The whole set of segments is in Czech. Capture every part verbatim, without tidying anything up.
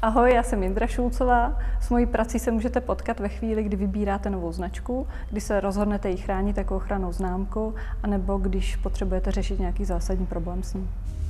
Ahoj, já jsem Jindra Šulcová. S mojí prací se můžete potkat ve chvíli, kdy vybíráte novou značku, kdy se rozhodnete ji chránit jako ochrannou známku, anebo když potřebujete řešit nějaký zásadní problém s ní.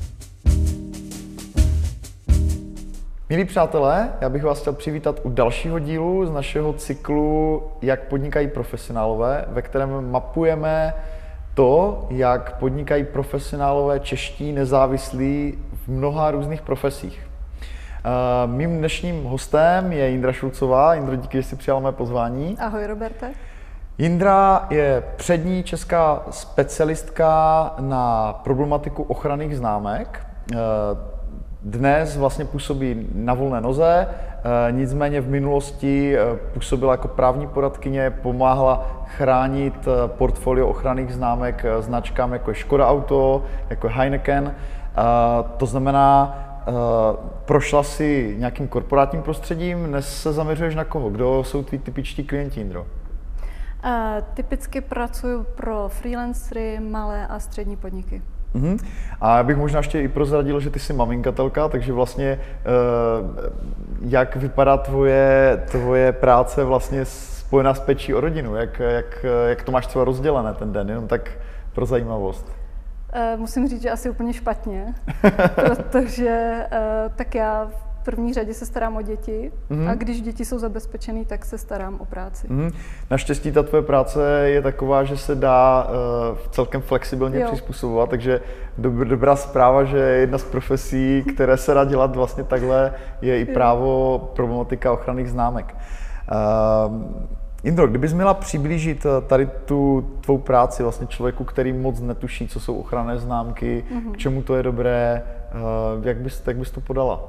Milí přátelé, já bych vás chtěl přivítat u dalšího dílu z našeho cyklu Jak podnikají profesionálové, ve kterém mapujeme to, jak podnikají profesionálové čeští nezávislí v mnoha různých profesích. Mým dnešním hostem je Jindra Šulcová. Jindro, díky, že jsi přijala mé pozvání. Ahoj, Roberte. Jindra je přední česká specialistka na problematiku ochranných známek. Dnes vlastně působí na volné noze, nicméně v minulosti působila jako právní poradkyně, pomáhala chránit portfolio ochranných známek značkám jako je Škoda Auto, jako je Heineken. To znamená, prošla si nějakým korporátním prostředím, dnes se zaměřuješ na koho? Kdo jsou tví typičtí klienti, Jindro? Uh, typicky pracuji pro freelancery, malé a střední podniky. Uhum. A já bych možná ještě i prozradil, že ty jsi maminkatelka, takže vlastně jak vypadá tvoje, tvoje práce vlastně spojená s péčí o rodinu? Jak, jak, jak to máš třeba rozdělené ten den? Jenom tak pro zajímavost. Musím říct, že asi úplně špatně, protože tak já v první řadě se starám o děti mm. a když děti jsou zabezpečený, tak se starám o práci. Mm. Naštěstí ta tvoje práce je taková, že se dá uh, celkem flexibilně jo. přizpůsobovat, takže dob- dobrá zpráva, že jedna z profesí, které se dá dělat vlastně takhle, je i právo problematika ochranných známek. Uh, Jindro, kdybys měla přiblížit tady tu tvou práci vlastně člověku, který moc netuší, co jsou ochranné známky, mm-hmm. k čemu to je dobré, uh, jak bys, jak bys to podala?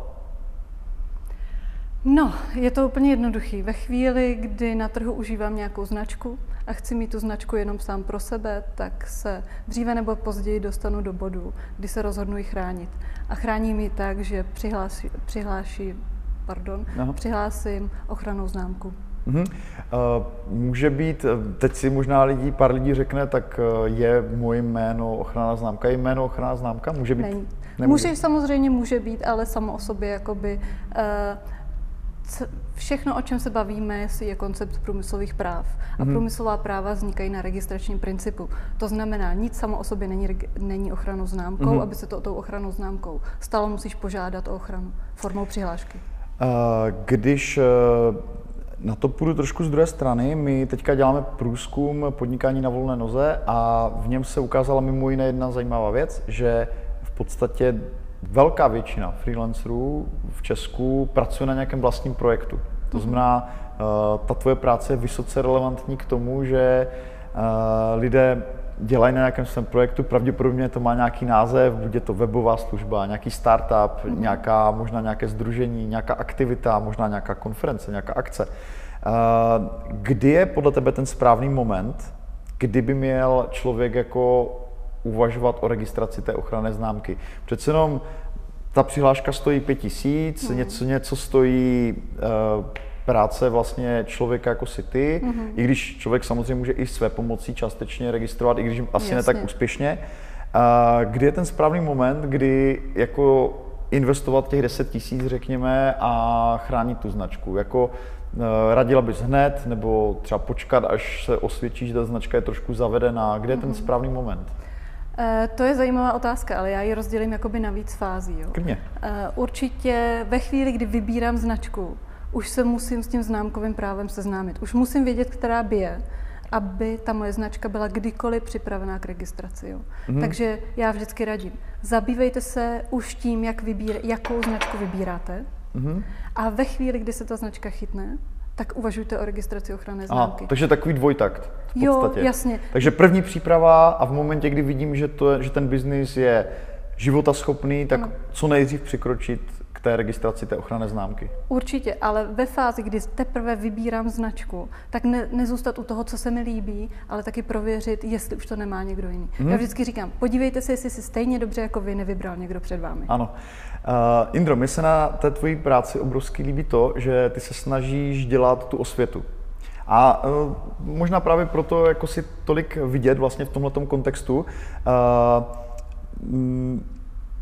No, je to úplně jednoduchý. Ve chvíli, kdy na trhu užívám nějakou značku a chci mít tu značku jenom sám pro sebe, tak se dříve nebo později dostanu do bodu, kdy se rozhodnu ji chránit. A chráním ji tak, že přihlásí, přihláší, pardon, přihlásím ochrannou známku. Uh-huh. Uh, může být, teď si možná lidí, pár lidí řekne, tak je moje jméno ochranná známka. Je jméno ochranná známka? Může být? Není. Může, samozřejmě může být, ale samo o sobě jakoby uh, všechno, o čem se bavíme, je koncept průmyslových práv. A mm-hmm. průmyslová práva vznikají na registračním principu. To znamená, nic samo o sobě není, není ochrannou známkou, mm-hmm. aby se to tou ochrannou známkou stalo, musíš požádat o ochranu formou přihlášky. Uh, když uh, na to půjdu trošku z druhé strany, my teďka děláme průzkum podnikání na volné noze a v něm se ukázala mimo jiné jedna zajímavá věc, že v podstatě velká většina freelancerů v Česku pracuje na nějakém vlastním projektu. To znamená, ta tvoje práce je vysoce relevantní k tomu, že lidé dělají na nějakém svém projektu, pravděpodobně to má nějaký název, buď je to webová služba, nějaký startup, mm-hmm. nějaká, možná nějaké sdružení, nějaká aktivita, možná nějaká konference, nějaká akce. Kdy je podle tebe ten správný moment, kdyby měl člověk jako uvažovat o registraci té ochranné známky? Přece jenom ta přihláška stojí pět tisíc, mm. něco, něco stojí uh, práce vlastně člověka jako si ty, mm-hmm. i když člověk samozřejmě může i své pomocí částečně registrovat, i když asi Jasně. ne tak úspěšně. Uh, kdy je ten správný moment, kdy jako investovat těch deset tisíc, řekněme, a chránit tu značku? Jako uh, radila bys hned, nebo třeba počkat, až se osvědčí, že ta značka je trošku zavedená? Kde je ten mm-hmm. správný moment? To je zajímavá otázka, ale já ji rozdělím jakoby na víc fází. Jo. Klidně. Určitě ve chvíli, kdy vybírám značku, už se musím s tím známkovým právem seznámit. Už musím vědět, která by je, aby ta moje značka byla kdykoliv připravená k registraci. Jo. Mm-hmm. Takže já vždycky radím, zabývejte se už tím, jak vybír, jakou značku vybíráte mm-hmm. a ve chvíli, kdy se ta značka chytne, tak uvažujte o registraci ochranné známky. Aha, takže takový dvojtakt v podstatě. Jo, jasně. Takže první příprava a v momentě, kdy vidím, že, to, že ten biznis je životaschopný, tak ano. co nejdřív přikročit k té registraci té ochranné známky. Určitě, ale ve fázi, kdy teprve vybírám značku, tak ne, nezůstat u toho, co se mi líbí, ale taky prověřit, jestli už to nemá někdo jiný. Hmm. Já vždycky říkám, podívejte se, jestli si stejně dobře jako vy nevybral někdo před vámi. Ano. Uh, Jindro, mně se na té tvojí práci obrovsky líbí to, že ty se snažíš dělat tu osvětu. A uh, možná právě proto jako si tolik vidět vlastně v tomhletom kontextu. Uh,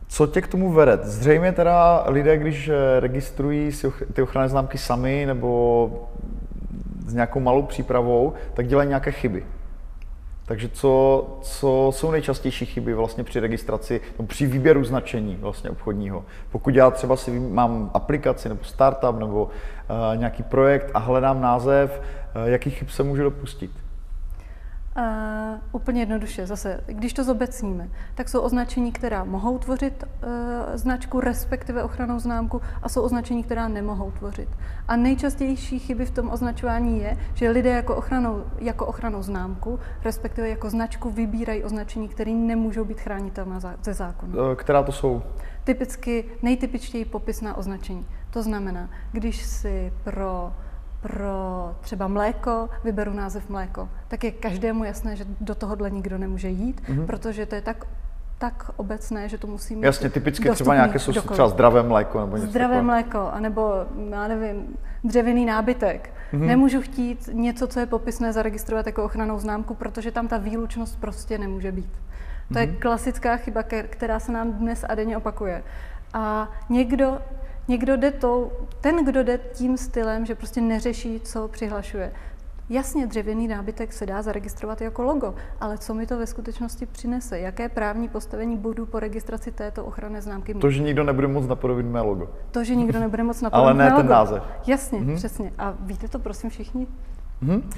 Co tě k tomu vede? Zřejmě teda lidé, když registrují si ty ochranné známky sami nebo s nějakou malou přípravou, tak dělají nějaké chyby. Takže co, co jsou nejčastější chyby vlastně při registraci, no při výběru značení vlastně obchodního? Pokud já třeba si mám aplikaci nebo startup nebo uh, nějaký projekt a hledám název, uh, jakých chyb se můžu dopustit? Uh, úplně jednoduše, zase, když to zobecníme, tak jsou označení, která mohou tvořit uh, značku, respektive ochrannou známku, a jsou označení, která nemohou tvořit. A nejčastější chyby v tom označování je, že lidé jako ochranou, jako ochrannou známku, respektive jako značku, vybírají označení, které nemůžou být chránitelná ze zákona. Která to jsou? Typicky, nejtypičtěji popisná označení. To znamená, když si pro pro třeba mléko vyberu název mléko, tak je každému jasné, že do tohohle nikdo nemůže jít, mm-hmm. protože to je tak, tak obecné, že to musí mít jasně, typicky třeba nějaké jsou třeba zdravé mléko nebo něco Zdravé takové. mléko, anebo, já nevím, dřevěný nábytek. Mm-hmm. Nemůžu chtít něco, co je popisné, zaregistrovat jako ochrannou známku, protože tam ta výlučnost prostě nemůže být. To mm-hmm. je klasická chyba, která se nám dnes a denně opakuje. A někdo Někdo jde to, ten, kdo jde tím stylem, že prostě neřeší, co přihlašuje. Jasně, dřevěný nábytek se dá zaregistrovat jako logo, ale co mi to ve skutečnosti přinese? Jaké právní postavení budu po registraci této ochranné známky mít? To, že nikdo nebude moct napodobit mé logo. To, že nikdo nebude moct napodobit ale ne mé ten logo. název. Jasně, mm-hmm. přesně. A víte to prosím všichni? Mm-hmm. Uh,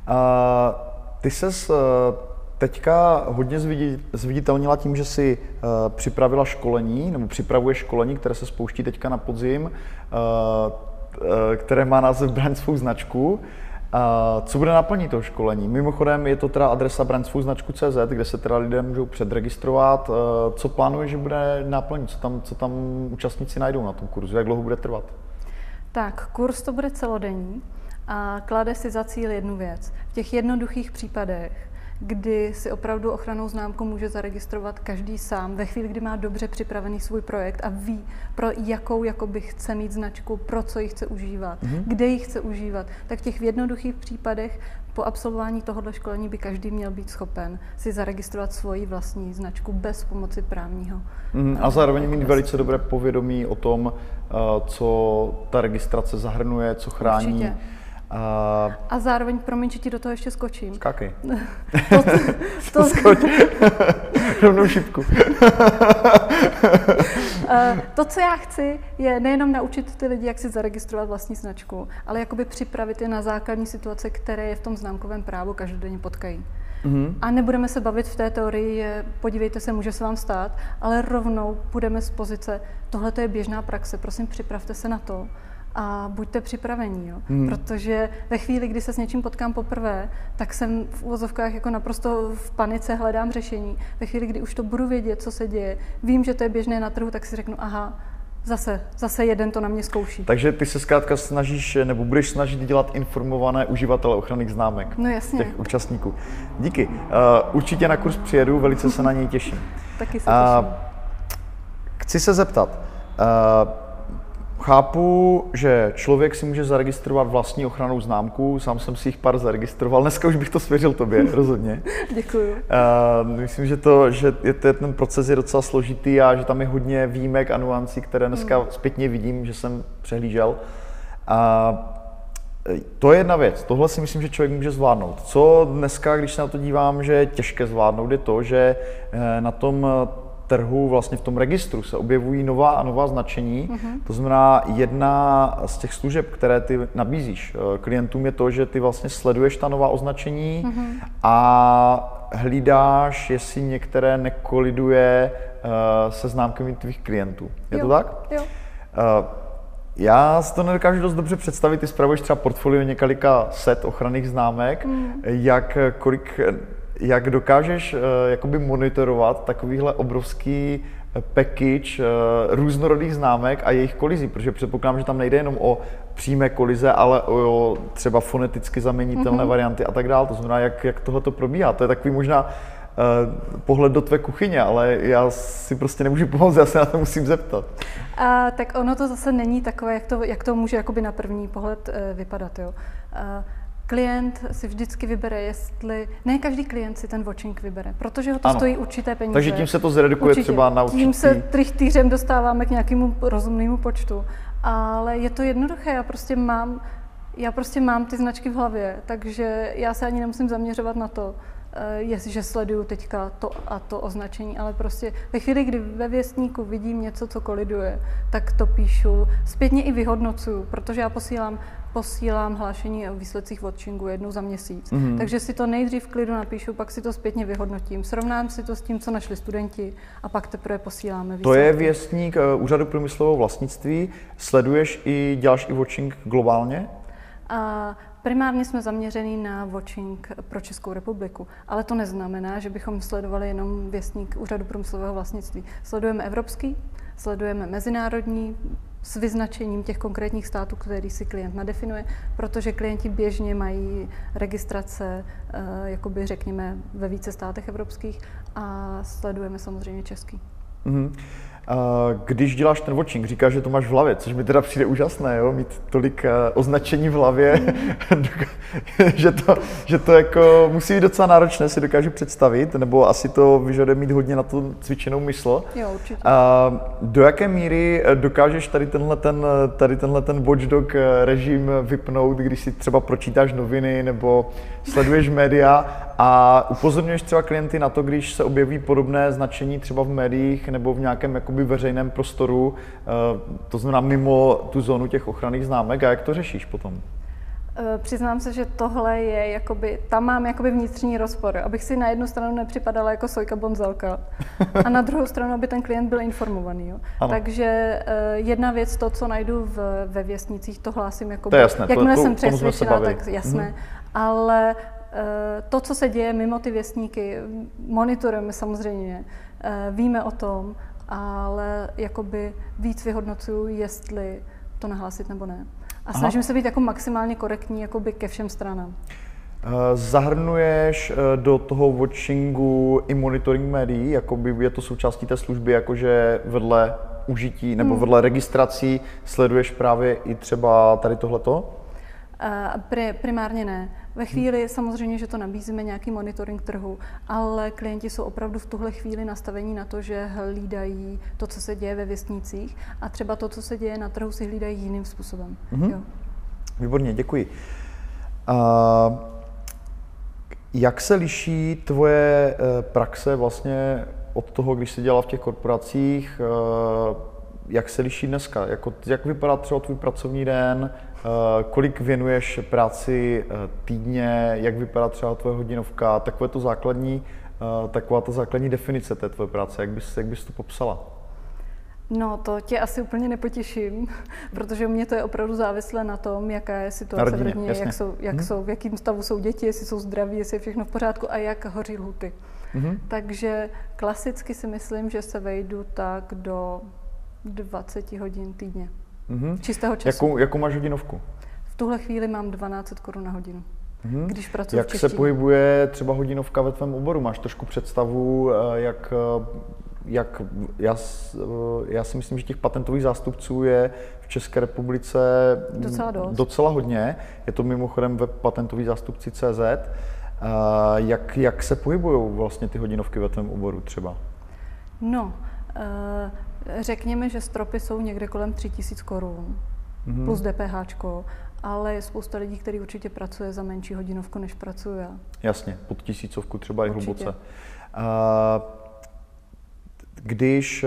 ty ses uh, teďka hodně zviditelnila tím, že jsi uh, připravila školení, nebo připravuje školení, které se spouští teďka na podzim, uh, uh, které má název Braň svou značku. Uh, co bude náplní toho školení? Mimochodem je to teda adresa braň svou značku tečka cé zet, kde se teda lidé můžou předregistrovat. Uh, co plánuje, že bude náplní? Co tam, co tam účastníci najdou na tom kurzu? Jak dlouho bude trvat? Tak, kurz to bude celodenní a klade si za cíl jednu věc. V těch jednoduchých případech, kdy si opravdu ochrannou známku může zaregistrovat každý sám ve chvíli, kdy má dobře připravený svůj projekt a ví, pro jakou jakoby chce mít značku, pro co ji chce užívat, mm-hmm. kde ji chce užívat, tak v těch jednoduchých případech po absolvování tohoto školení by každý měl být schopen si zaregistrovat svoji vlastní značku bez pomoci právního. Mm, a zároveň mít velice dobré povědomí o tom, co ta registrace zahrnuje, co chrání. Určitě. Uh, a zároveň, promiň, že ti do toho ještě skočím. Skákej. to, to, Skoč. Rovnou šipku. uh, to, co já chci, je nejenom naučit ty lidi, jak si zaregistrovat vlastní značku, ale jakoby připravit je na základní situace, které je v tom známkovém právu každodenně potkají. Mm-hmm. A nebudeme se bavit v té teorii, podívejte se, může se vám stát, ale rovnou půjdeme z pozice, tohle je běžná praxe, prosím, připravte se na to. A buďte připravení, jo? Hmm. Protože ve chvíli, kdy se s něčím potkám poprvé, tak jsem v uvozovkách jako naprosto v panice, hledám řešení. Ve chvíli, kdy už to budu vědět, co se děje, vím, že to je běžné na trhu, tak si řeknu, aha, zase, zase jeden to na mě zkouší. Takže ty se zkrátka snažíš, nebo budeš snažit dělat informované uživatele ochranných známek. No jasně. Těch účastníků. Díky. Uh, určitě na kurz přijedu, velice se na něj těším. Taky se těším. Uh, chci se zeptat, uh, chápu, že člověk si může zaregistrovat vlastní ochrannou známku, sám jsem si jich pár zaregistroval, dneska už bych to svěřil tobě, rozhodně. Děkuju. Uh, myslím, že, to, že je to, ten proces je docela složitý a že tam je hodně výjimek a nuancí, které dneska hmm. zpětně vidím, že jsem přehlížel. Uh, to je jedna věc, tohle si myslím, že člověk může zvládnout. Co dneska, když se na to dívám, že je těžké zvládnout, je to, že na tom trhu, vlastně v tom registru se objevují nová a nová značení. Mm-hmm. To znamená, jedna z těch služeb, které ty nabízíš klientům, je to, že ty vlastně sleduješ ta nová označení mm-hmm. a hlídáš, jestli některé nekoliduje uh, se známkami tvých klientů. Je jo. to tak? Jo. Uh, já si to nedokážu dost dobře představit, ty spravuješ třeba portfolio několika set ochranných známek, mm. jak kolik Jak dokážeš uh, jakoby monitorovat takovýhle obrovský package uh, různorodých známek a jejich kolizí, protože předpokládám, že tam nejde jenom o přímé kolize, ale o třeba foneticky zaměnitelné mm-hmm. varianty a tak dále. To znamená, jak, jak tohle to probíhá. To je takový možná uh, pohled do tvé kuchyně, ale já si prostě nemůžu pomoct, já se na to musím zeptat. A, tak ono to zase není takové, jak to, jak to může jakoby na první pohled uh, vypadat. Jo. Uh, klient si vždycky vybere, jestli... Ne každý klient si ten watching vybere, protože ho to ano. stojí určité peníze. Takže tím se to zredukuje určitě. třeba na určitý... Tím se trichtýřem dostáváme k nějakému rozumnému počtu. Ale je to jednoduché, já prostě mám, já prostě mám ty značky v hlavě, takže já se ani nemusím zaměřovat na to, jestliže sleduju teďka to a to označení, ale prostě ve chvíli, kdy ve věstníku vidím něco, co koliduje, tak to píšu. Zpětně i vyhodnocuju, protože já posílám, posílám hlášení o výsledcích watchingu jednou za měsíc. Mm-hmm. Takže si to nejdřív v klidu napíšu, pak si to zpětně vyhodnotím. Srovnám si to s tím, co našli studenti a pak teprve posíláme výsledky. To je věstník Úřadu průmyslového vlastnictví. Sleduješ i, děláš i watching globálně? A primárně jsme zaměření na watching pro Českou republiku, ale to neznamená, že bychom sledovali jenom věstník Úřadu průmyslového vlastnictví. Sledujeme evropský, sledujeme mezinárodní s vyznačením těch konkrétních států, který si klient nadefinuje, protože klienti běžně mají registrace, jakoby řekněme, ve více státech evropských a sledujeme samozřejmě český. Mm-hmm. Když děláš ten watching, říkáš, že to máš v hlavě, což mi teda přijde úžasné, jo? Mít tolik označení v hlavě, mm. že, to, že to jako musí být docela náročné, si dokážu představit, nebo asi to vyžaduje mít hodně na to cvičenou mysl. Jo, určitě. Do jaké míry dokážeš tady tenhle ten, tady tenhle ten watchdog režim vypnout, když si třeba pročítáš noviny nebo sleduješ média a upozorňuješ třeba klienty na to, když se objeví podobné značení třeba v médiích nebo v nějakém jakoby veřejném prostoru, to znamená mimo tu zónu těch ochranných známek, a jak to řešíš potom? Přiznám se, že tohle je jakoby, tam mám jakoby vnitřní rozpor, abych si na jednu stranu nepřipadala jako Sojka Bonzelka a na druhou stranu, aby ten klient byl informovaný. Jo. Takže jedna věc, to, co najdu v, ve věstnicích, to hlásím jakoby, to je jasné, jakmile to, to, jsem přesvědčila, tak jasné, mm. ale to, co se děje mimo ty věstníky, monitorujeme samozřejmě, víme o tom, ale jakoby víc vyhodnocuju, jestli to nahlásit nebo ne. A snažím Aha. se být jako maximálně korektní jakoby ke všem stranám. Zahrnuješ do toho watchingu i monitoring médií, jakoby je to součástí té služby, jakože vedle užití nebo hmm. vedle registrací sleduješ právě i třeba tady tohleto? Uh, primárně ne. Ve chvíli hmm. samozřejmě, že to nabízíme nějaký monitoring trhu, ale klienti jsou opravdu v tuhle chvíli nastavení na to, že hlídají to, co se děje ve věstnicích a třeba to, co se děje na trhu, si hlídají jiným způsobem. Hmm. Jo. Výborně, děkuji. Uh, jak se liší tvoje praxe vlastně od toho, když jsi dělala v těch korporacích? Uh, jak se liší dneska? Jako, jak vypadá třeba tvůj pracovní den? Kolik věnuješ práci týdně, jak vypadá třeba tvoje hodinovka, takové to základní, taková ta základní definice té tvoje práce, jak bys, jak bys to popsala? No, to tě asi úplně nepotěším, protože u mě to je opravdu závislé na tom, jaká je situace v rodině, jak, jsou, jak hmm. jsou, v jakém stavu jsou děti, jestli jsou zdraví, jestli je všechno v pořádku a jak hoří lhuty. Hmm. Takže klasicky si myslím, že se vejdu tak do dvacet hodin týdně. Mm-hmm. Čistého času. Jakou, jakou máš hodinovku? V tuhle chvíli mám dvanáct set korun na hodinu, mm-hmm. když pracuji jak v češtině. Jak se pohybuje třeba hodinovka ve tvém oboru? Máš trošku představu, jak, jak já, já si myslím, že těch patentových zástupců je v České republice docela, dost. docela hodně. Je to mimochodem web patentový zástupci tečka cé zet. Jak, jak se pohybují vlastně ty hodinovky ve tvém oboru třeba? No, uh, řekněme, že stropy jsou někde kolem tři tisíce korun, mm-hmm. plus DPHčko, ale je spousta lidí, kteří určitě pracuje za menší hodinovku, než pracuji já. Jasně, pod tisícovku třeba i hluboce. Uh, Když,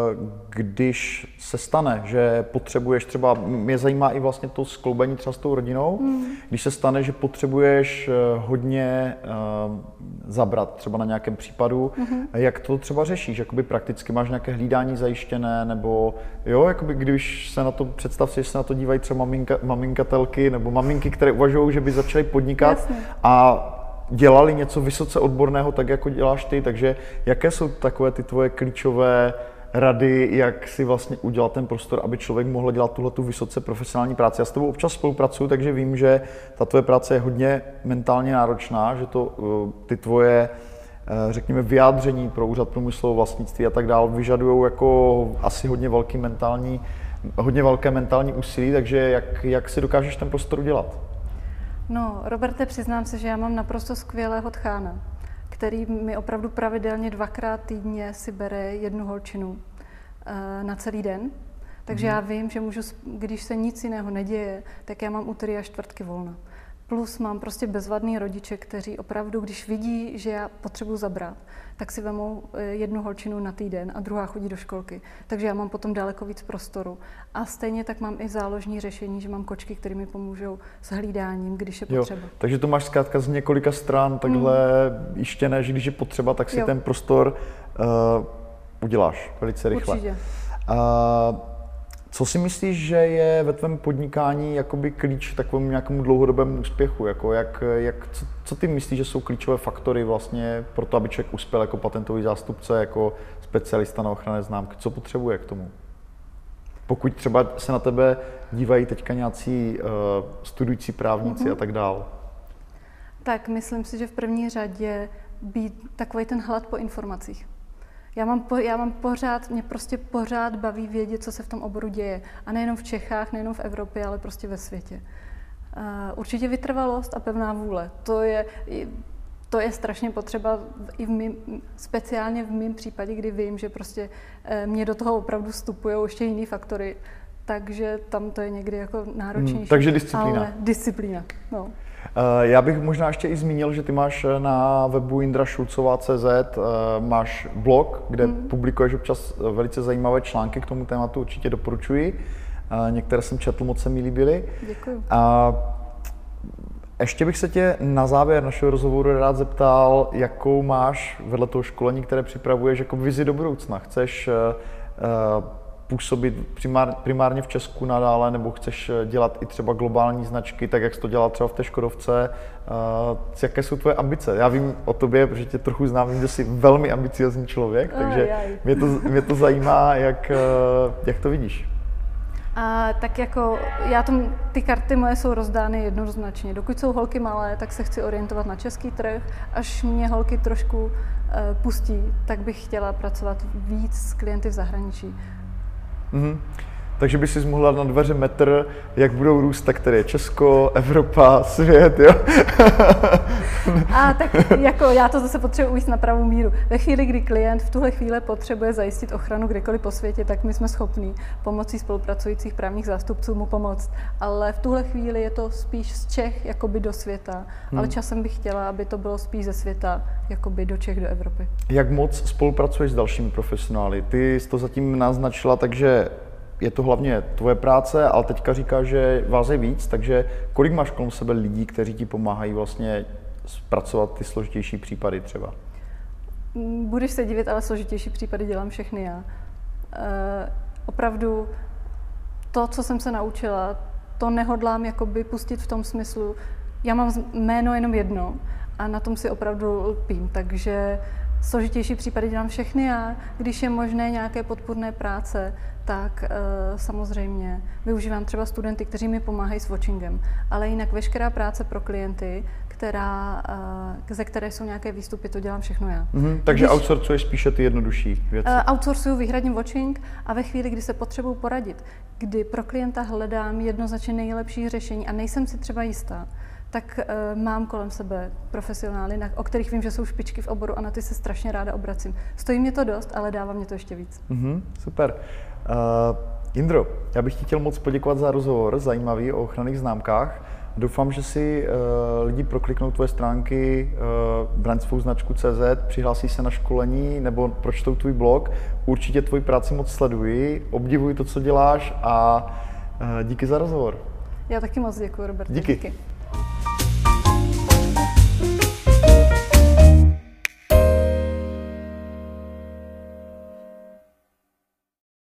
když se stane, že potřebuješ třeba, mě zajímá i vlastně to skloubení třeba s tou rodinou, mm. když se stane, že potřebuješ hodně uh, zabrat třeba na nějakém případu, mm-hmm. jak to třeba řešíš? Jakoby prakticky máš nějaké hlídání zajištěné, nebo jo, jakoby když se na to, představ si, že se na to dívají třeba maminka, maminkatelky nebo maminky, které uvažují, že by začaly podnikat. Jasně. A dělali něco vysoce odborného, tak jako děláš ty, takže jaké jsou takové ty tvoje klíčové rady, jak si vlastně udělat ten prostor, aby člověk mohl dělat tuhletu vysoce profesionální práci? Já s tebou občas spolupracuju, takže vím, že ta tvoje práce je hodně mentálně náročná, že to ty tvoje, řekněme, vyjádření pro Úřad průmyslového vlastnictví a tak dále vyžadují jako asi hodně velký mentální, hodně velké mentální úsilí, takže jak, jak si dokážeš ten prostor udělat? No, Roberte, přiznám se, že já mám naprosto skvělého tchána, který mi opravdu pravidelně dvakrát týdně si bere jednu holčinu uh, na celý den. Takže mm. já vím, že můžu, když se nic jiného neděje, tak já mám úterý a čtvrtky volna. Plus mám prostě bezvadný rodiče, kteří opravdu, když vidí, že já potřebuji zabrat, tak si vemou jednu holčinu na týden a druhá chodí do školky. Takže já mám potom daleko víc prostoru. A stejně tak mám i záložní řešení, že mám kočky, které mi pomůžou s hlídáním, když je potřeba. Jo, takže to máš zkrátka z několika stran takhle mm. jištěné, že když je potřeba, tak si jo. ten prostor uh, uděláš velice rychle. Určitě. Uh, Co si myslíš, že je ve tvém podnikání jakoby klíč k takovému nějakému dlouhodobému úspěchu? Jako jak, jak, co, co ty myslíš, že jsou klíčové faktory vlastně pro to, aby člověk uspěl jako patentový zástupce, jako specialista na ochranné známky? Co potřebuje k tomu? Pokud třeba se na tebe dívají teďka nějací uh, studující právníci mm-hmm. a tak dál. Tak myslím si, že v první řadě být takový ten hlad po informacích. Já mám, po, já mám pořád, mě prostě pořád baví vědět, co se v tom oboru děje. A nejenom v Čechách, nejenom v Evropě, ale prostě ve světě. Uh, určitě vytrvalost a pevná vůle. To je, to je strašně potřeba i v mým, speciálně v mém případě, kdy vím, že prostě uh, mě do toho opravdu vstupují ještě jiný faktory. Takže tam to je někdy jako náročnější. Hmm, takže disciplína. Ale disciplína, no. Já bych možná ještě i zmínil, že ty máš na webu indra šulcová tečka cé zet máš blog, kde hmm. publikuješ občas velice zajímavé články k tomu tématu, určitě doporučuji. Některé jsem četl, moc se mi líbily. Děkuji. A ještě bych se tě na závěr našeho rozhovoru rád zeptal, jakou máš vedle toho školení, které připravuješ, jako vizi do budoucna. Chceš uh, působit primár, primárně v Česku nadále, nebo chceš dělat i třeba globální značky, tak jak jsi to dělal třeba v té Škodovce. Uh, jaké jsou tvoje ambice? Já vím o tobě, protože tě trochu znám, vím, že jsi velmi ambiciozní člověk, takže mě to, mě to zajímá, jak, uh, jak to vidíš. A tak jako, já tom, ty karty moje jsou rozdány jednoznačně. Dokud jsou holky malé, tak se chci orientovat na český trh. Až mě holky trošku uh, pustí, tak bych chtěla pracovat víc s klienty v zahraničí. Mm-hmm. Takže by si mohla na dveře metr, jak budou růst, tak tady je Česko, Evropa, svět, jo? A tak jako já to zase potřebuji ujít na pravou míru. Ve chvíli, kdy klient v tuhle chvíli potřebuje zajistit ochranu kdekoliv po světě, tak my jsme schopní pomocí spolupracujících právních zástupců mu pomoct. Ale v tuhle chvíli je to spíš z Čech jakoby do světa. Hmm. Ale časem bych chtěla, aby to bylo spíš ze světa jakoby do Čech, do Evropy. Jak moc spolupracuješ s dalšími profesionály? Ty jsi to zatím naznačila, takže je to hlavně tvoje práce, ale teďka říkáš, že vás je víc, takže kolik máš kolem sebe lidí, kteří ti pomáhají vlastně zpracovat ty složitější případy třeba? Budeš se divit, ale složitější případy dělám všechny já. E, opravdu to, co jsem se naučila, to nehodlám jakoby pustit v tom smyslu, já mám jméno jenom jedno a na tom si opravdu lpím, takže složitější případy dělám všechny já. Když je možné nějaké podpůrné práce, tak e, samozřejmě využívám třeba studenty, kteří mi pomáhají s watchingem, ale jinak veškerá práce pro klienty, která, e, ze které jsou nějaké výstupy, to dělám všechno já. Mm-hmm, takže Když, outsourcuješ spíše ty jednodušší věci? E, outsourcuju výhradně watching a ve chvíli, kdy se potřebuji poradit, kdy pro klienta hledám jednoznačně nejlepší řešení a nejsem si třeba jistá, tak uh, mám kolem sebe profesionály, o kterých vím, že jsou špičky v oboru a na ty se strašně ráda obracím. Stojí mě to dost, ale dává mě to ještě víc. Mm-hmm, super. Uh, Indro, já bych ti chtěl moc poděkovat za rozhovor, zajímavý o ochranných známkách. Doufám, že si uh, lidi prokliknou tvoje stránky uh, brand svou značku tečka cé zet, přihlásí se na školení nebo pročtou tvůj blog. Určitě tvoji práci moc sleduji, obdivuji to, co děláš a uh, díky za rozhovor. Já taky moc děkuji, Robert. Díky. díky.